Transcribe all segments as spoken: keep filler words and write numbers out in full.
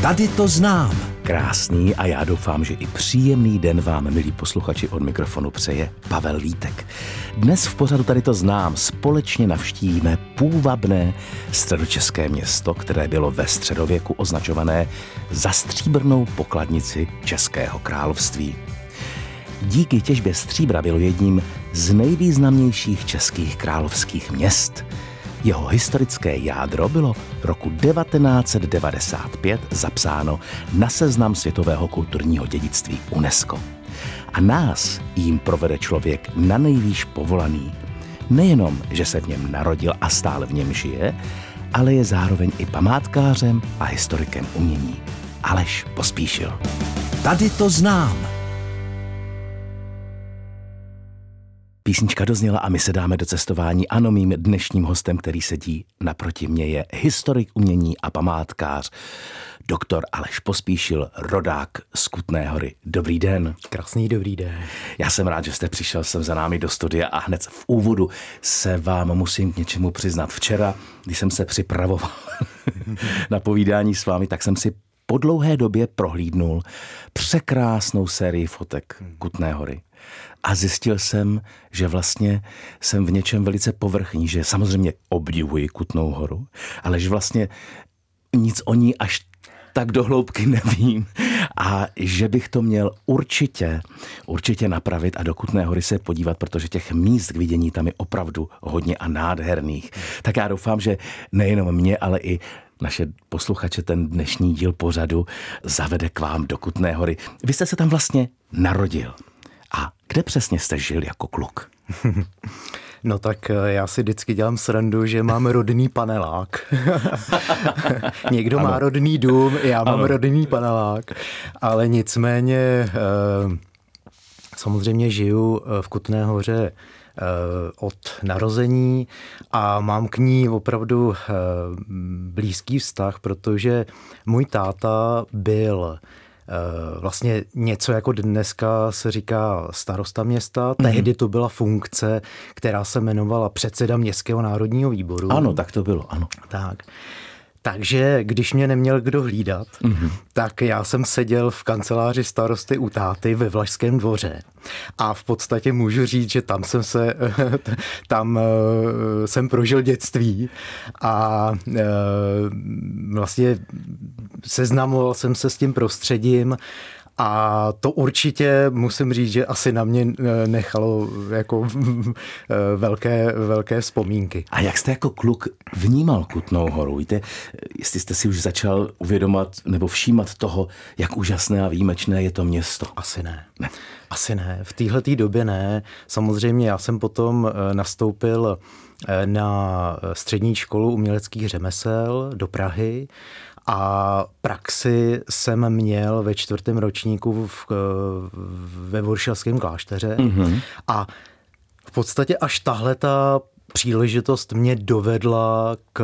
Tady to znám. Krásný a já doufám, že i příjemný den vám, milí posluchači, od mikrofonu přeje Pavel Vítek. Dnes v pořadu Tady to znám společně navštívíme půvabné středočeské město, které bylo ve středověku označované za stříbrnou pokladnici Českého království. Díky těžbě stříbra bylo jedním z nejvýznamnějších českých královských měst. Jeho historické jádro bylo roku devatenáct set devadesát pět zapsáno na seznam světového kulturního dědictví UNESCO. A nás jim provede člověk na nejvýš povolaný. Nejenom, že se v něm narodil a stále v něm žije, ale je zároveň i památkářem a historikem umění. Aleš Pospíšil. Tady to znám. Písnička dozněla a my se dáme do cestování. Ano, mým dnešním hostem, který sedí naproti mě, je historik umění a památkář doktor Aleš Pospíšil, rodák z Kutné Hory. Dobrý den. Krásný dobrý den. Já jsem rád, že jste přišel sem za námi do studia a hned v úvodu se vám musím k něčemu přiznat. Včera, když jsem se připravoval na povídání s vámi, tak jsem si po dlouhé době prohlídnul překrásnou sérii fotek Kutné Hory. A zjistil jsem, že vlastně jsem v něčem velice povrchní, že samozřejmě obdivuji Kutnou Horu, ale že vlastně nic o ní až tak do hloubky nevím a že bych to měl určitě, určitě napravit a do Kutné Hory se podívat, protože těch míst k vidění tam je opravdu hodně a nádherných. Tak já doufám, že nejenom mě, ale i naše posluchače ten dnešní díl pořadu zavede k vám do Kutné Hory. Vy jste se tam vlastně narodil. A kde přesně jste žil jako kluk? No tak já si vždycky dělám srandu, že mám rodný panelák. Někdo ano. má rodný dům, já mám ano. rodný panelák. Ale nicméně samozřejmě žiju v Kutné Hoře od narození a mám k ní opravdu blízký vztah, protože můj táta byl vlastně něco jako dneska se říká starosta města. Mm-hmm. Tehdy to byla funkce, která se jmenovala předseda Městského národního výboru. Ano, tak to bylo, ano. Tak. Takže když mě neměl kdo hlídat, mm-hmm. tak já jsem seděl v kanceláři starosty u táty ve Vlašském Dvoře. A v podstatě můžu říct, že tam jsem se, tam jsem prožil dětství a vlastně seznamoval jsem se s tím prostředím. A to určitě musím říct, že asi na mě nechalo jako velké, velké vzpomínky. A jak jste jako kluk vnímal Kutnou Horu? Víte, jestli jste si už začal uvědomovat nebo všímat toho, jak úžasné a výjimečné je to město? Asi ne. ne. Asi ne. V téhletý době ne. Samozřejmě já jsem potom nastoupil na střední školu uměleckých řemesel do Prahy. A praxi jsem měl ve čtvrtém ročníku v, ve Voršilském klášteře. Mm-hmm. A v podstatě až tahleta příležitost mě dovedla k,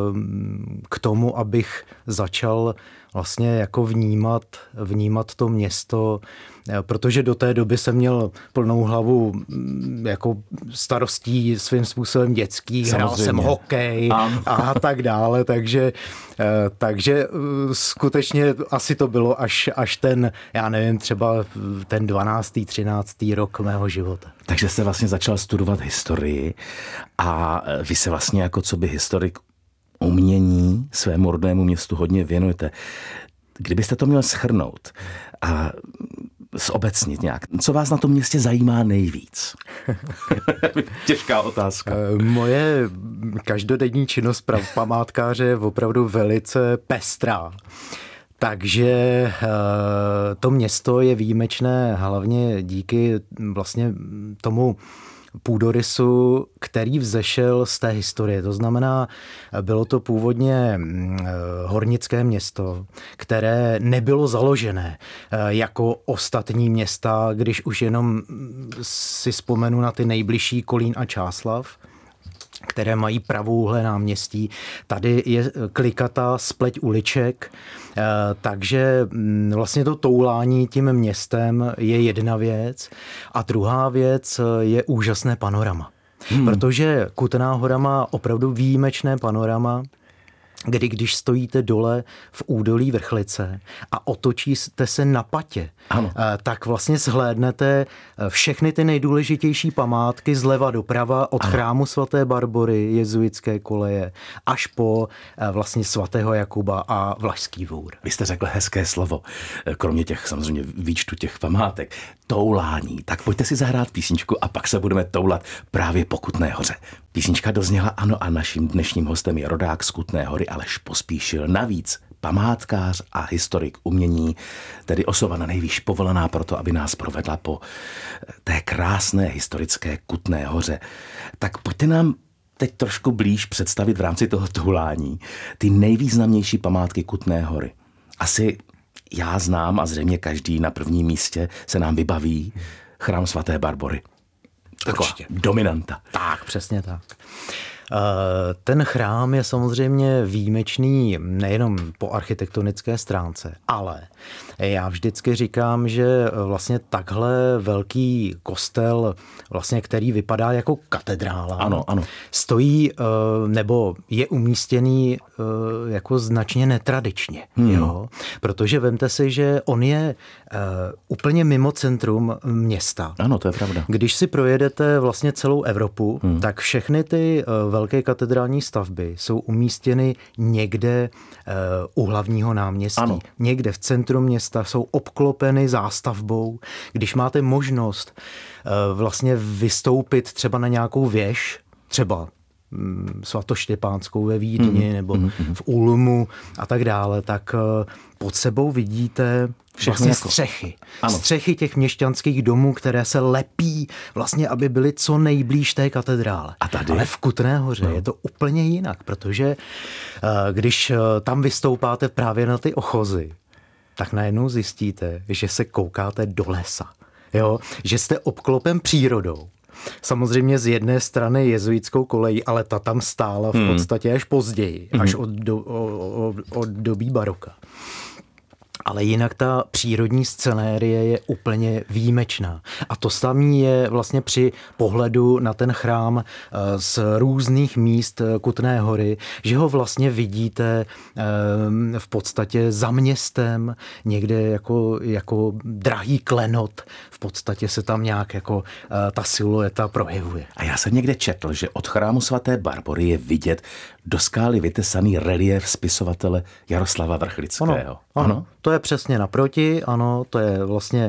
k tomu, abych začal vlastně jako vnímat, vnímat to město, protože do té doby jsem měl plnou hlavu jako starostí svým způsobem dětských, hrál jsem hokej a, a tak dále, takže, takže skutečně asi to bylo až, až ten, já nevím, třeba ten dvanáctý, třináctý rok mého života. Takže jste vlastně začal studovat historii a vy se vlastně jako co by historik umění svému rodnému městu hodně věnujete. Kdybyste to měl shrnout a zobecnit nějak, co vás na tom městě zajímá nejvíc? Těžká otázka. Moje každodenní činnost památkáře je opravdu velice pestrá. Takže to město je výjimečné hlavně díky vlastně tomu půdorysu, který vzešel z té historie. To znamená, bylo to původně hornické město, které nebylo založené jako ostatní města, když už jenom si vzpomenu na ty nejbližší Kolín a Čáslav, které mají pravouhlé náměstí. Tady je klikatá spleť uliček, takže vlastně to toulání tím městem je jedna věc a druhá věc je úžasné panorama. Hmm. Protože Kutná Hora má opravdu výjimečné panorama. kdy když stojíte dole v údolí Vrchlice a otočíte se na patě, ano. tak vlastně zhlédnete všechny ty nejdůležitější památky zleva doprava od ano. chrámu svaté Barbory, jezuitské koleje, až po vlastně svatého Jakuba a Vlašský Dvůr. Vy jste řekl hezké slovo, kromě těch samozřejmě výčtu těch památek, toulání. Tak pojďte si zahrát písničku a pak se budeme toulat právě po Kutné Hoře. Písnička dozněla, ano, a naším dnešním hostem je rodák z Kutné Hory Aleš Pospíšil. Navíc památkář a historik umění, tedy osoba na nejvýš povolaná pro to, aby nás provedla po té krásné historické Kutné Hoře. Tak pojďte nám teď trošku blíž představit v rámci toho toulání ty nejvýznamnější památky Kutné Hory. Asi já znám a zřejmě každý na prvním místě se nám vybaví chrám svaté Barbory. Taková dominanta. Tak, přesně tak. Ten chrám je samozřejmě výjimečný nejenom po architektonické stránce, ale já vždycky říkám, že vlastně takhle velký kostel, vlastně, který vypadá jako katedrála, ano, ano. stojí nebo je umístěný jako značně netradičně. Hmm. Jo? Protože vemte si, že on je úplně mimo centrum města. Ano, to je pravda. Když si projedete vlastně celou Evropu, hmm. tak všechny ty velké katedrální stavby jsou umístěny někde uh, u hlavního náměstí. Ano. Někde v centru města jsou obklopeny zástavbou. Když máte možnost uh, vlastně vystoupit třeba na nějakou věž, třeba um, svatoštěpánskou ve Vídni mm, nebo mm, v Ulmu a tak dále, tak uh, pod sebou vidíte vlastně jako střechy. Ano. Střechy těch měšťanských domů, které se lepí vlastně, aby byly co nejblíž té katedrále. A tady? Ale v Kutné Hoře no. je to úplně jinak, protože když tam vystoupáte právě na ty ochozy, tak najednou zjistíte, že se koukáte do lesa. Jo? Že jste obklopen přírodou. Samozřejmě z jedné strany jezuitskou kolejí, ale ta tam stála v podstatě až později, hmm. až od, do, od, od dobí baroka. Ale jinak ta přírodní scenérie je úplně výjimečná. A to samé je vlastně při pohledu na ten chrám z různých míst Kutné Hory, že ho vlastně vidíte v podstatě za městem, někde jako, jako drahý klenot. V podstatě se tam nějak jako ta silueta projevuje. A já jsem někde četl, že od chrámu svaté Barbory je vidět do skály vytesaný reliéf spisovatele Jaroslava Vrchlického. Ano, ano. ano. To je přesně naproti, ano, to je vlastně,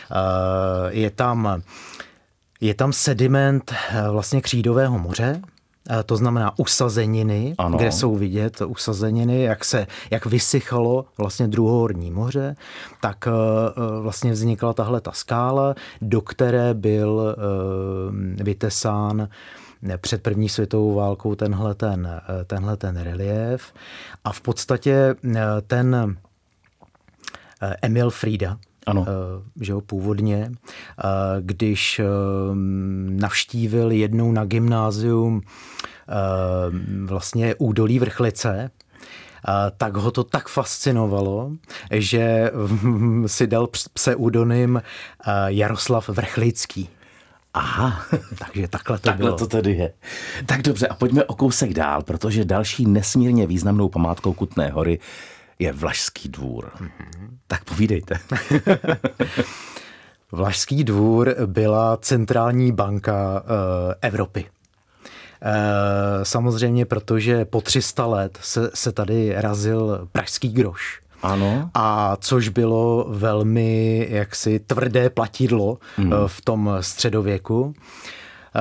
je tam, je tam sediment vlastně Křídového moře, to znamená usazeniny, ano. kde jsou vidět usazeniny, jak se, jak vysychalo vlastně druhohorní moře, tak vlastně vznikla tahle ta skála, do které byl vytesán před první světovou válkou tenhle ten, tenhle ten reliéf. A v podstatě ten Emil Frýda, ano. že jo, původně, když navštívil jednou na gymnázium vlastně údolí Vrchlice, tak ho to tak fascinovalo, že si dal pseudonym Jaroslav Vrchlický. Aha, takže takhle to takhle bylo. to tedy je. Tak dobře, a pojďme o kousek dál, protože další nesmírně významnou památkou Kutné Hory je Vlašský Dvůr. Mm-hmm. Tak povídejte. Vlašský Dvůr byla centrální banka e, Evropy. E, samozřejmě, protože po tři sta let se, se tady razil pražský groš. Ano. A což bylo velmi jaksi tvrdé platidlo mm. v tom středověku. E,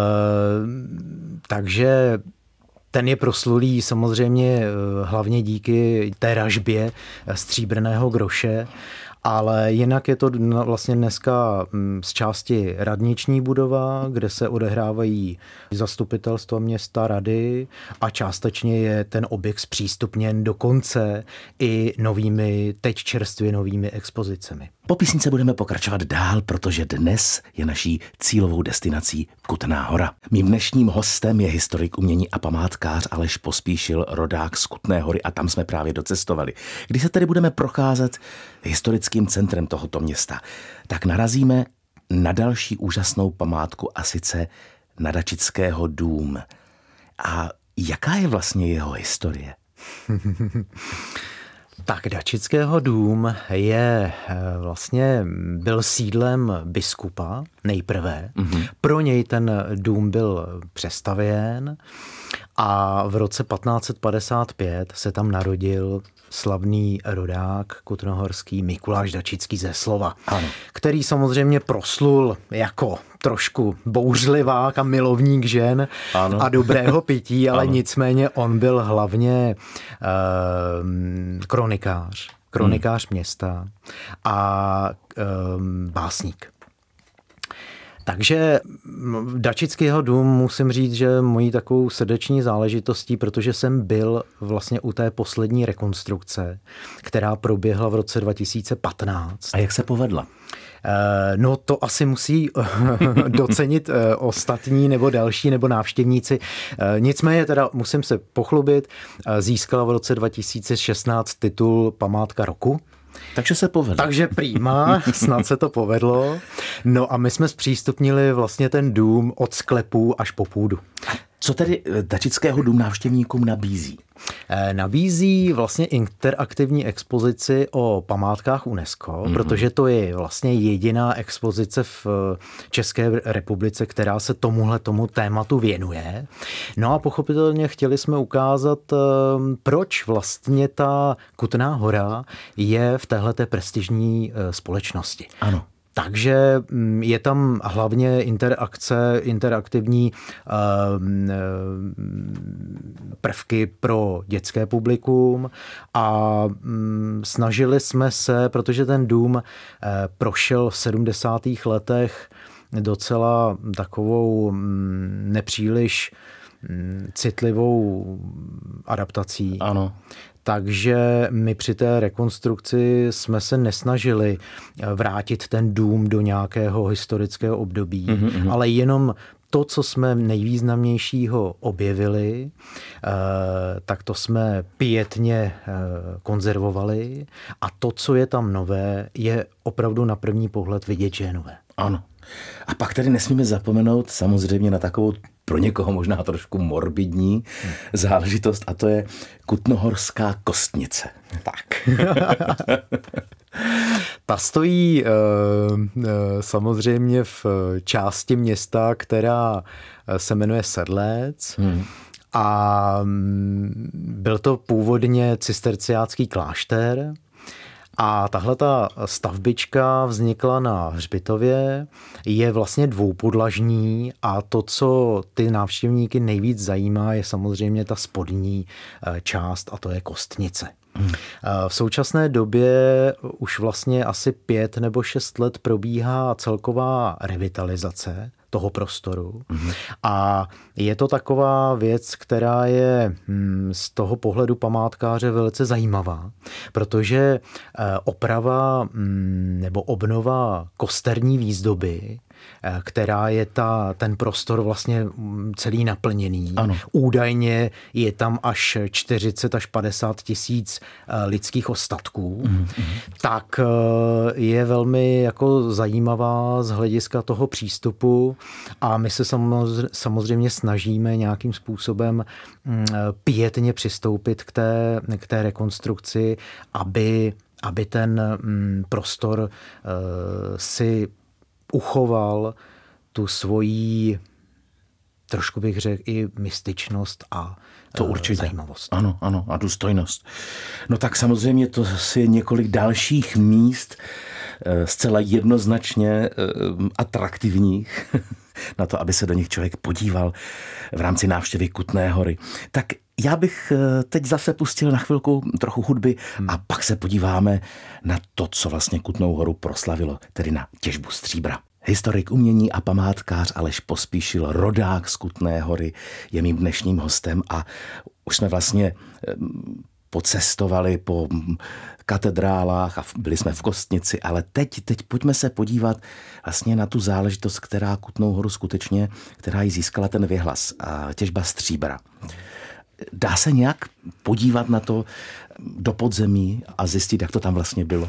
takže ten je proslulý samozřejmě hlavně díky té ražbě stříbrného groše, ale jinak je to vlastně dneska z části radniční budova, kde se odehrávají zastupitelstva města, rady a částečně je ten objekt zpřístupněn dokonce i novými, teď čerstvě novými expozicemi. Po písnice budeme pokračovat dál, protože dnes je naší cílovou destinací Kutná Hora. Mým dnešním hostem je historik umění a památkář Aleš Pospíšil, rodák z Kutné Hory, a tam jsme právě docestovali. Když se tedy budeme procházet historickým centrem tohoto města, tak narazíme na další úžasnou památku, a sice na Dačického dům. A jaká je vlastně jeho historie? Tak Dačického dům je vlastně, byl sídlem biskupa nejprve. Mm-hmm. Pro něj ten dům byl přestavěn a v roce patnáct padesát pět se tam narodil slavný rodák kutnohorský Mikuláš Dačický ze Slova, ano. který samozřejmě proslul jako trošku bouřlivák a milovník žen ano. a dobrého pití, ale ano. nicméně on byl hlavně uh, kronikář, kronikář hmm. města a uh, básník. Takže Dačického dům musím říct, že mojí takovou srdeční záležitostí, protože jsem byl vlastně u té poslední rekonstrukce, která proběhla v roce dva tisíce patnáct. A jak se povedla? No to asi musí docenit ostatní nebo další nebo návštěvníci. Nicméně teda musím se pochlubit, získala v roce dva tisíce šestnáct titul Památka roku. Takže se povedlo. Takže prýma, snad se to povedlo. No a my jsme zpřístupnili vlastně ten dům od sklepů až po půdu. Co tedy Dačického dům návštěvníkům nabízí? Nabízí vlastně interaktivní expozici o památkách UNESCO, mm-hmm. protože to je vlastně jediná expozice v České republice, která se tomuhle tomu tématu věnuje. No a pochopitelně chtěli jsme ukázat, proč vlastně ta Kutná Hora je v téhleté prestižní společnosti. Ano. Takže je tam hlavně interakce, interaktivní prvky pro dětské publikum a snažili jsme se, protože ten dům prošel v sedmdesátých letech docela takovou nepříliš citlivou adaptací. Ano. Takže my při té rekonstrukci jsme se nesnažili vrátit ten dům do nějakého historického období, mm-hmm. ale jenom to, co jsme nejvýznamnějšího objevili, tak to jsme pietně konzervovali a to, co je tam nové, je opravdu na první pohled vidět, že je nové. Ano. A pak tedy nesmíme zapomenout samozřejmě na takovou pro někoho možná trošku morbidní hmm. záležitost a to je Kutnohorská kostnice. Tak. Ta stojí e, e, samozřejmě v části města, která se jmenuje Sedlec hmm. a byl to původně cisterciácký klášter. A tahle ta stavbička vznikla na hřbitově, je vlastně dvoupodlažní a to, co ty návštěvníky nejvíc zajímá, je samozřejmě ta spodní část a to je kostnice. Hmm. V současné době už vlastně asi pět nebo šest let probíhá celková revitalizace toho prostoru. Mm-hmm. A je to taková věc, která je z toho pohledu památkáře velice zajímavá, protože oprava nebo obnova kosterní výzdoby, která je ta, ten prostor vlastně celý naplněný. Ano. Údajně je tam až čtyřicet až padesát tisíc lidských ostatků. Mm, mm. Tak je velmi jako zajímavá z hlediska toho přístupu a my se samozřejmě snažíme nějakým způsobem pietně přistoupit k té, k té rekonstrukci, aby, aby ten prostor si uchoval tu svoji, trošku bych řekl, i mystičnost a to určitě. Zajímavost. Ano, ano, a důstojnost. No tak samozřejmě to je několik dalších míst, zcela jednoznačně atraktivních na to, aby se do nich člověk podíval v rámci návštěvy Kutné Hory. Tak já bych teď zase pustil na chvilku trochu hudby hmm. a pak se podíváme na to, co vlastně Kutnou Horu proslavilo, tedy na těžbu stříbra. Historik umění a památkář Aleš Pospíšil, rodák z Kutné Hory, je mým dnešním hostem a už jsme vlastně pocestovali po katedrálách a byli jsme v Kostnici, ale teď, teď pojďme se podívat vlastně na tu záležitost, která Kutnou Horu skutečně, která jí získala ten věhlas, a těžba stříbra. dá se nějak podívat na to do podzemí a zjistit, jak to tam vlastně bylo?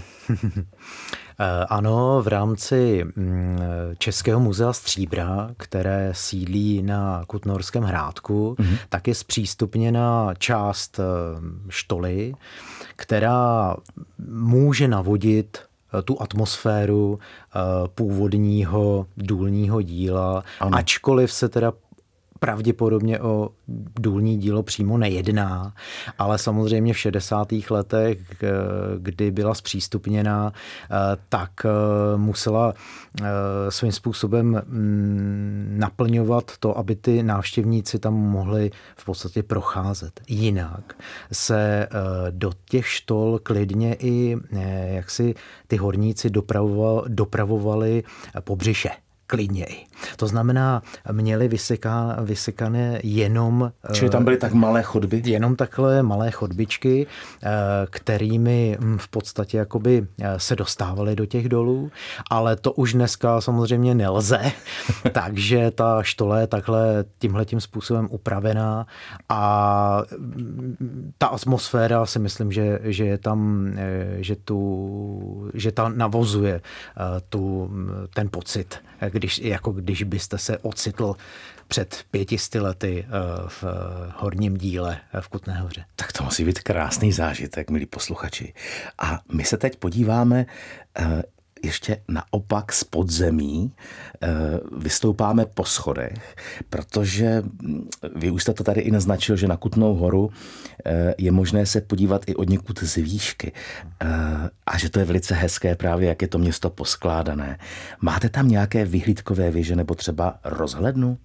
Ano, v rámci Českého muzea stříbra, které sídlí na Kutnohorském Hrádku, mm-hmm. tak je zpřístupněna část štoly, která může navodit tu atmosféru původního důlního díla, ano. Ačkoliv se teda pravděpodobně o důlní dílo přímo nejedná, ale samozřejmě v šedesátých letech, kdy byla zpřístupněna, tak musela svým způsobem naplňovat to, aby ty návštěvníci tam mohli v podstatě procházet. Jinak se do těch štol klidně i jaksi ty horníci dopravovali, dopravovali po břiše. Klidně. To znamená, měli vyseka, vysekané jenom... Čili tam byly tak malé chodby? Jenom takhle malé chodbičky, kterými v podstatě jakoby se dostávaly do těch dolů, ale to už dneska samozřejmě nelze, takže ta štole je takhle tímhletím způsobem upravená a ta atmosféra si myslím, že, že je tam, že, tu, že ta navozuje tu, ten pocit, když, jako když byste se ocitl před pětisty lety v horním díle v Kutné Hoře. Tak to musí být krásný zážitek, milí posluchači. A my se teď podíváme ještě naopak z podzemí, vystoupáme po schodech, protože vy už jste to tady i naznačil, že na Kutnou Horu je možné se podívat i od někud z výšky a že to je velice hezké právě, jak je to město poskládané. Máte tam nějaké vyhlídkové věže nebo třeba rozhlednu?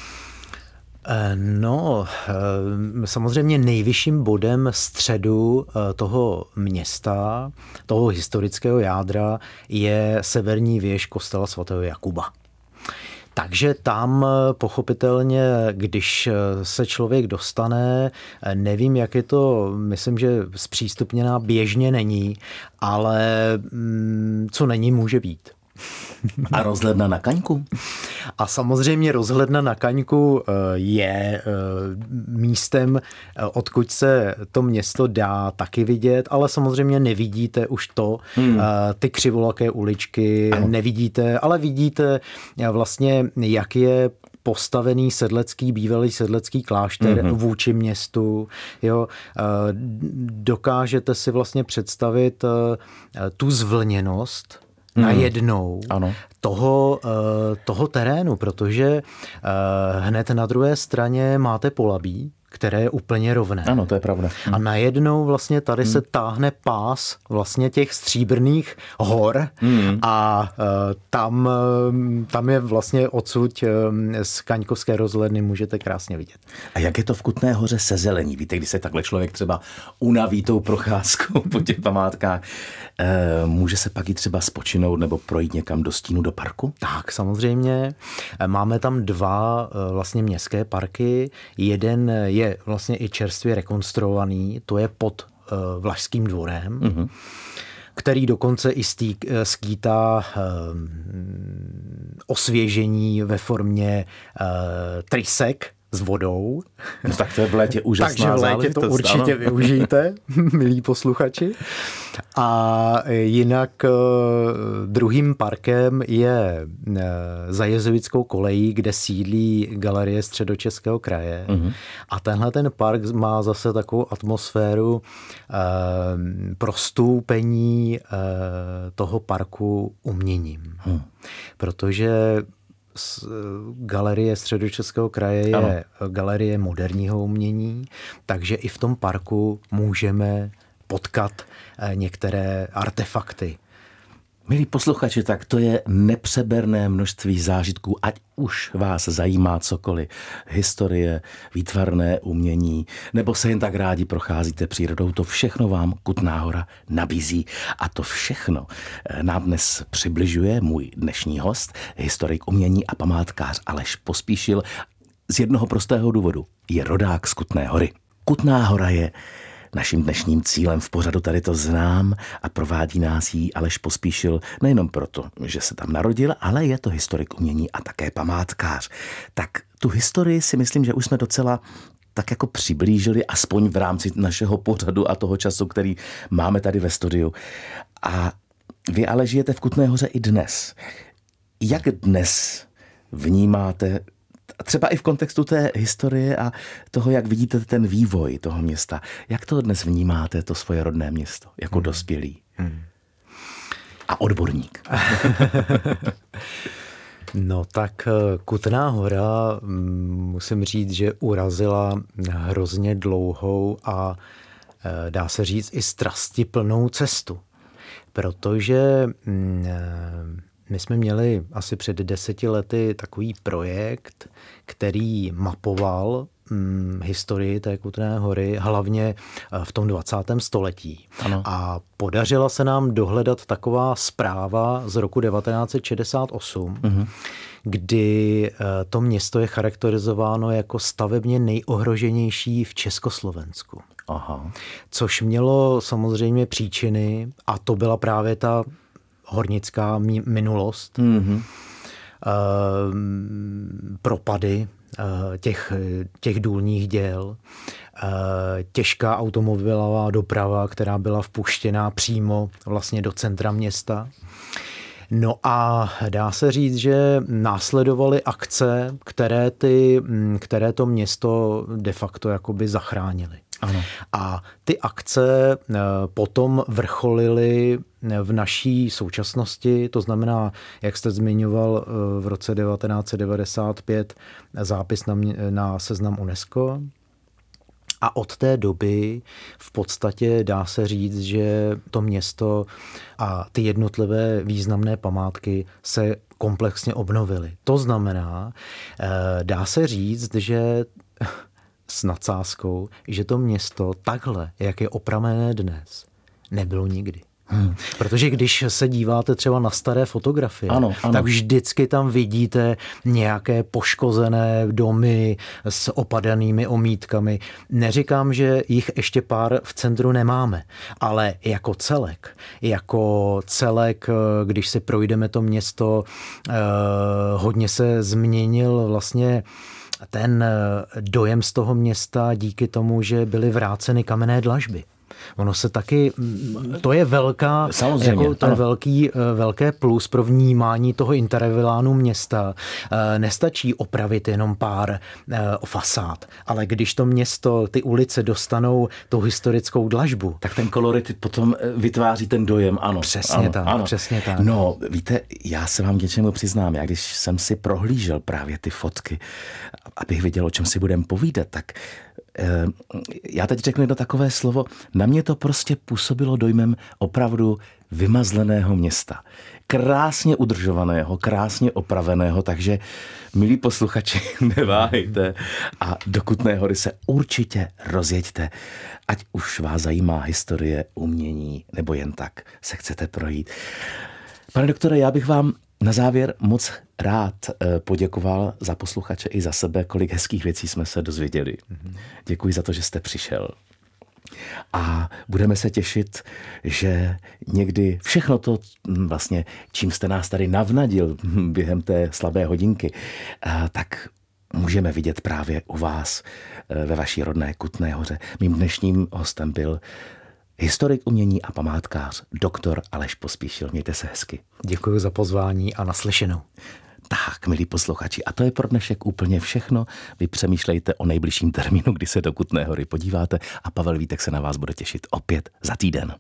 No, samozřejmě nejvyšším bodem středu toho města, toho historického jádra, je severní věž kostela svatého Jakuba. Takže tam pochopitelně, když se člověk dostane, nevím, jak je to, myslím, že zpřístupněná běžně není, ale co není, může být. A rozhledna na Kaňku? A samozřejmě rozhledna na Kaňku je místem, odkud se to město dá taky vidět, ale samozřejmě nevidíte už to, hmm. ty křivolaké uličky, ano. nevidíte, ale vidíte vlastně, jak je postavený sedlecký, bývalý sedlecký klášter mm-hmm. vůči městu. Jo, dokážete si vlastně představit tu zvlněnost najednou ano. Toho, toho terénu, protože hned na druhé straně máte Polabí, které je úplně rovné. Ano, to je pravda. A najednou vlastně tady hmm. se táhne pás vlastně těch stříbrných hor hmm. a tam, tam je vlastně odsud z Kaňkovské rozhledny můžete krásně vidět. A jak je to v Kutné Hoře se zelení? Víte, když se takhle člověk třeba unaví tou procházkou po těch památkách, může se pak i třeba spočinout nebo projít někam do stínu do parku? Tak, samozřejmě. Máme tam dva vlastně městské parky. Jeden je vlastně i čerstvě rekonstruovaný, to je pod uh, Vlašským dvorem, mm-hmm. který dokonce i stýk, skýtá uh, osvěžení ve formě uh, trysek s vodou. No, tak to je v létě úžasná Takže v létě to určitě ano. využijte, milí posluchači. A jinak druhým parkem je za jezuitskou kolejí, kde sídlí Galerie Středočeského kraje. Uh-huh. A tenhle ten park má zase takovou atmosféru eh, prostoupení eh, toho parku uměním. Uh-huh. Protože Galerie Středočeského kraje je ano. galerie moderního umění, takže i v tom parku můžeme potkat některé artefakty. Milí posluchači, tak to je nepřeberné množství zážitků, ať už vás zajímá cokoliv. Historie, výtvarné umění, nebo se jen tak rádi procházíte přírodou, to všechno vám Kutná Hora nabízí. A to všechno nám dnes přibližuje můj dnešní host, historik umění a památkář Aleš Pospíšil. Z jednoho prostého důvodu je rodák z Kutné Hory. Kutná Hora je naším dnešním cílem v pořadu Tady to znám a provádí nás jí Aleš Pospíšil nejenom proto, že se tam narodil, ale je to historik umění a také památkář. Tak tu historii si myslím, že už jsme docela tak jako přiblížili, aspoň v rámci našeho pořadu a toho času, který máme tady ve studiu. A vy ale žijete v Kutné Hoře i dnes. Jak dnes vnímáte, třeba i v kontextu té historie a toho, jak vidíte ten vývoj toho města, jak to dnes vnímáte, to svoje rodné město, jako hmm. dospělý hmm. a odborník? No tak Kutná Hora, musím říct, že urazila hrozně dlouhou a dá se říct i strastiplnou cestu. Protože my jsme měli asi před deseti lety takový projekt, který mapoval hm, historii té Kutné Hory, hlavně v tom dvacátém století. Ano. A podařila se nám dohledat taková zpráva z roku devatenáct set šedesát osm, uh-huh. kdy to město je charakterizováno jako stavebně nejohroženější v Československu. Aha. Což mělo samozřejmě příčiny a to byla právě ta hornická minulost, mm-hmm. propady těch, těch důlních děl, těžká automobilová doprava, která byla vpuštěná přímo vlastně do centra města. No a dá se říct, že následovaly akce, které, ty, které to město de facto jakoby zachránily. Ano. A ty akce potom vrcholily v naší současnosti, to znamená, jak jste zmiňoval, v roce devatenáct set devadesát pět zápis na, na seznam UNESCO. A od té doby v podstatě dá se říct, že to město a ty jednotlivé významné památky se komplexně obnovily. To znamená, dá se říct, že s nadsázkou, že to město takhle, jak je opravené dnes, nebylo nikdy. Hmm. Protože když se díváte třeba na staré fotografie, ano, ano. tak vždycky tam vidíte nějaké poškozené domy s opadanými omítkami. Neříkám, že jich ještě pár v centru nemáme, ale jako celek, jako celek, když si projdeme to město, hodně se změnil vlastně ten dojem z toho města díky tomu, že byly vráceny kamenné dlažby. Ono se taky, to je velká, jako, to je velký, velké plus pro vnímání toho intervilánu města. Nestačí opravit jenom pár fasád, ale když to město, ty ulice dostanou tu historickou dlažbu. Tak ten kolorit potom vytváří ten dojem, ano. Přesně ano, tak, ano. přesně tak. No, víte, já se vám něčemu přiznám, já když jsem si prohlížel právě ty fotky, abych viděl, o čem si budeme povídat, tak já teď řeknu jedno takové slovo. Na mě to prostě působilo dojmem opravdu vymazleného města. Krásně udržovaného, krásně opraveného, takže milí posluchači, neváhejte a do Kutné Hory se určitě rozjeďte. Ať už vás zajímá historie, umění, nebo jen tak se chcete projít. Pane doktore, já bych vám na závěr moc rád poděkoval za posluchače i za sebe, kolik hezkých věcí jsme se dozvěděli. Děkuji za to, že jste přišel. A budeme se těšit, že někdy všechno to, vlastně, čím jste nás tady navnadil během té slabé hodinky, tak můžeme vidět právě u vás ve vaší rodné Kutné Hoře. Mým dnešním hostem byl historik umění a památkář doktor Aleš Pospíšil. Mějte se hezky. Děkuji za pozvání a naslyšenou. Tak, milí posluchači, a to je pro dnešek úplně všechno. Vy přemýšlejte o nejbližším termínu, kdy se do Kutné Hory podíváte a Pavel Vítek se na vás bude těšit opět za týden.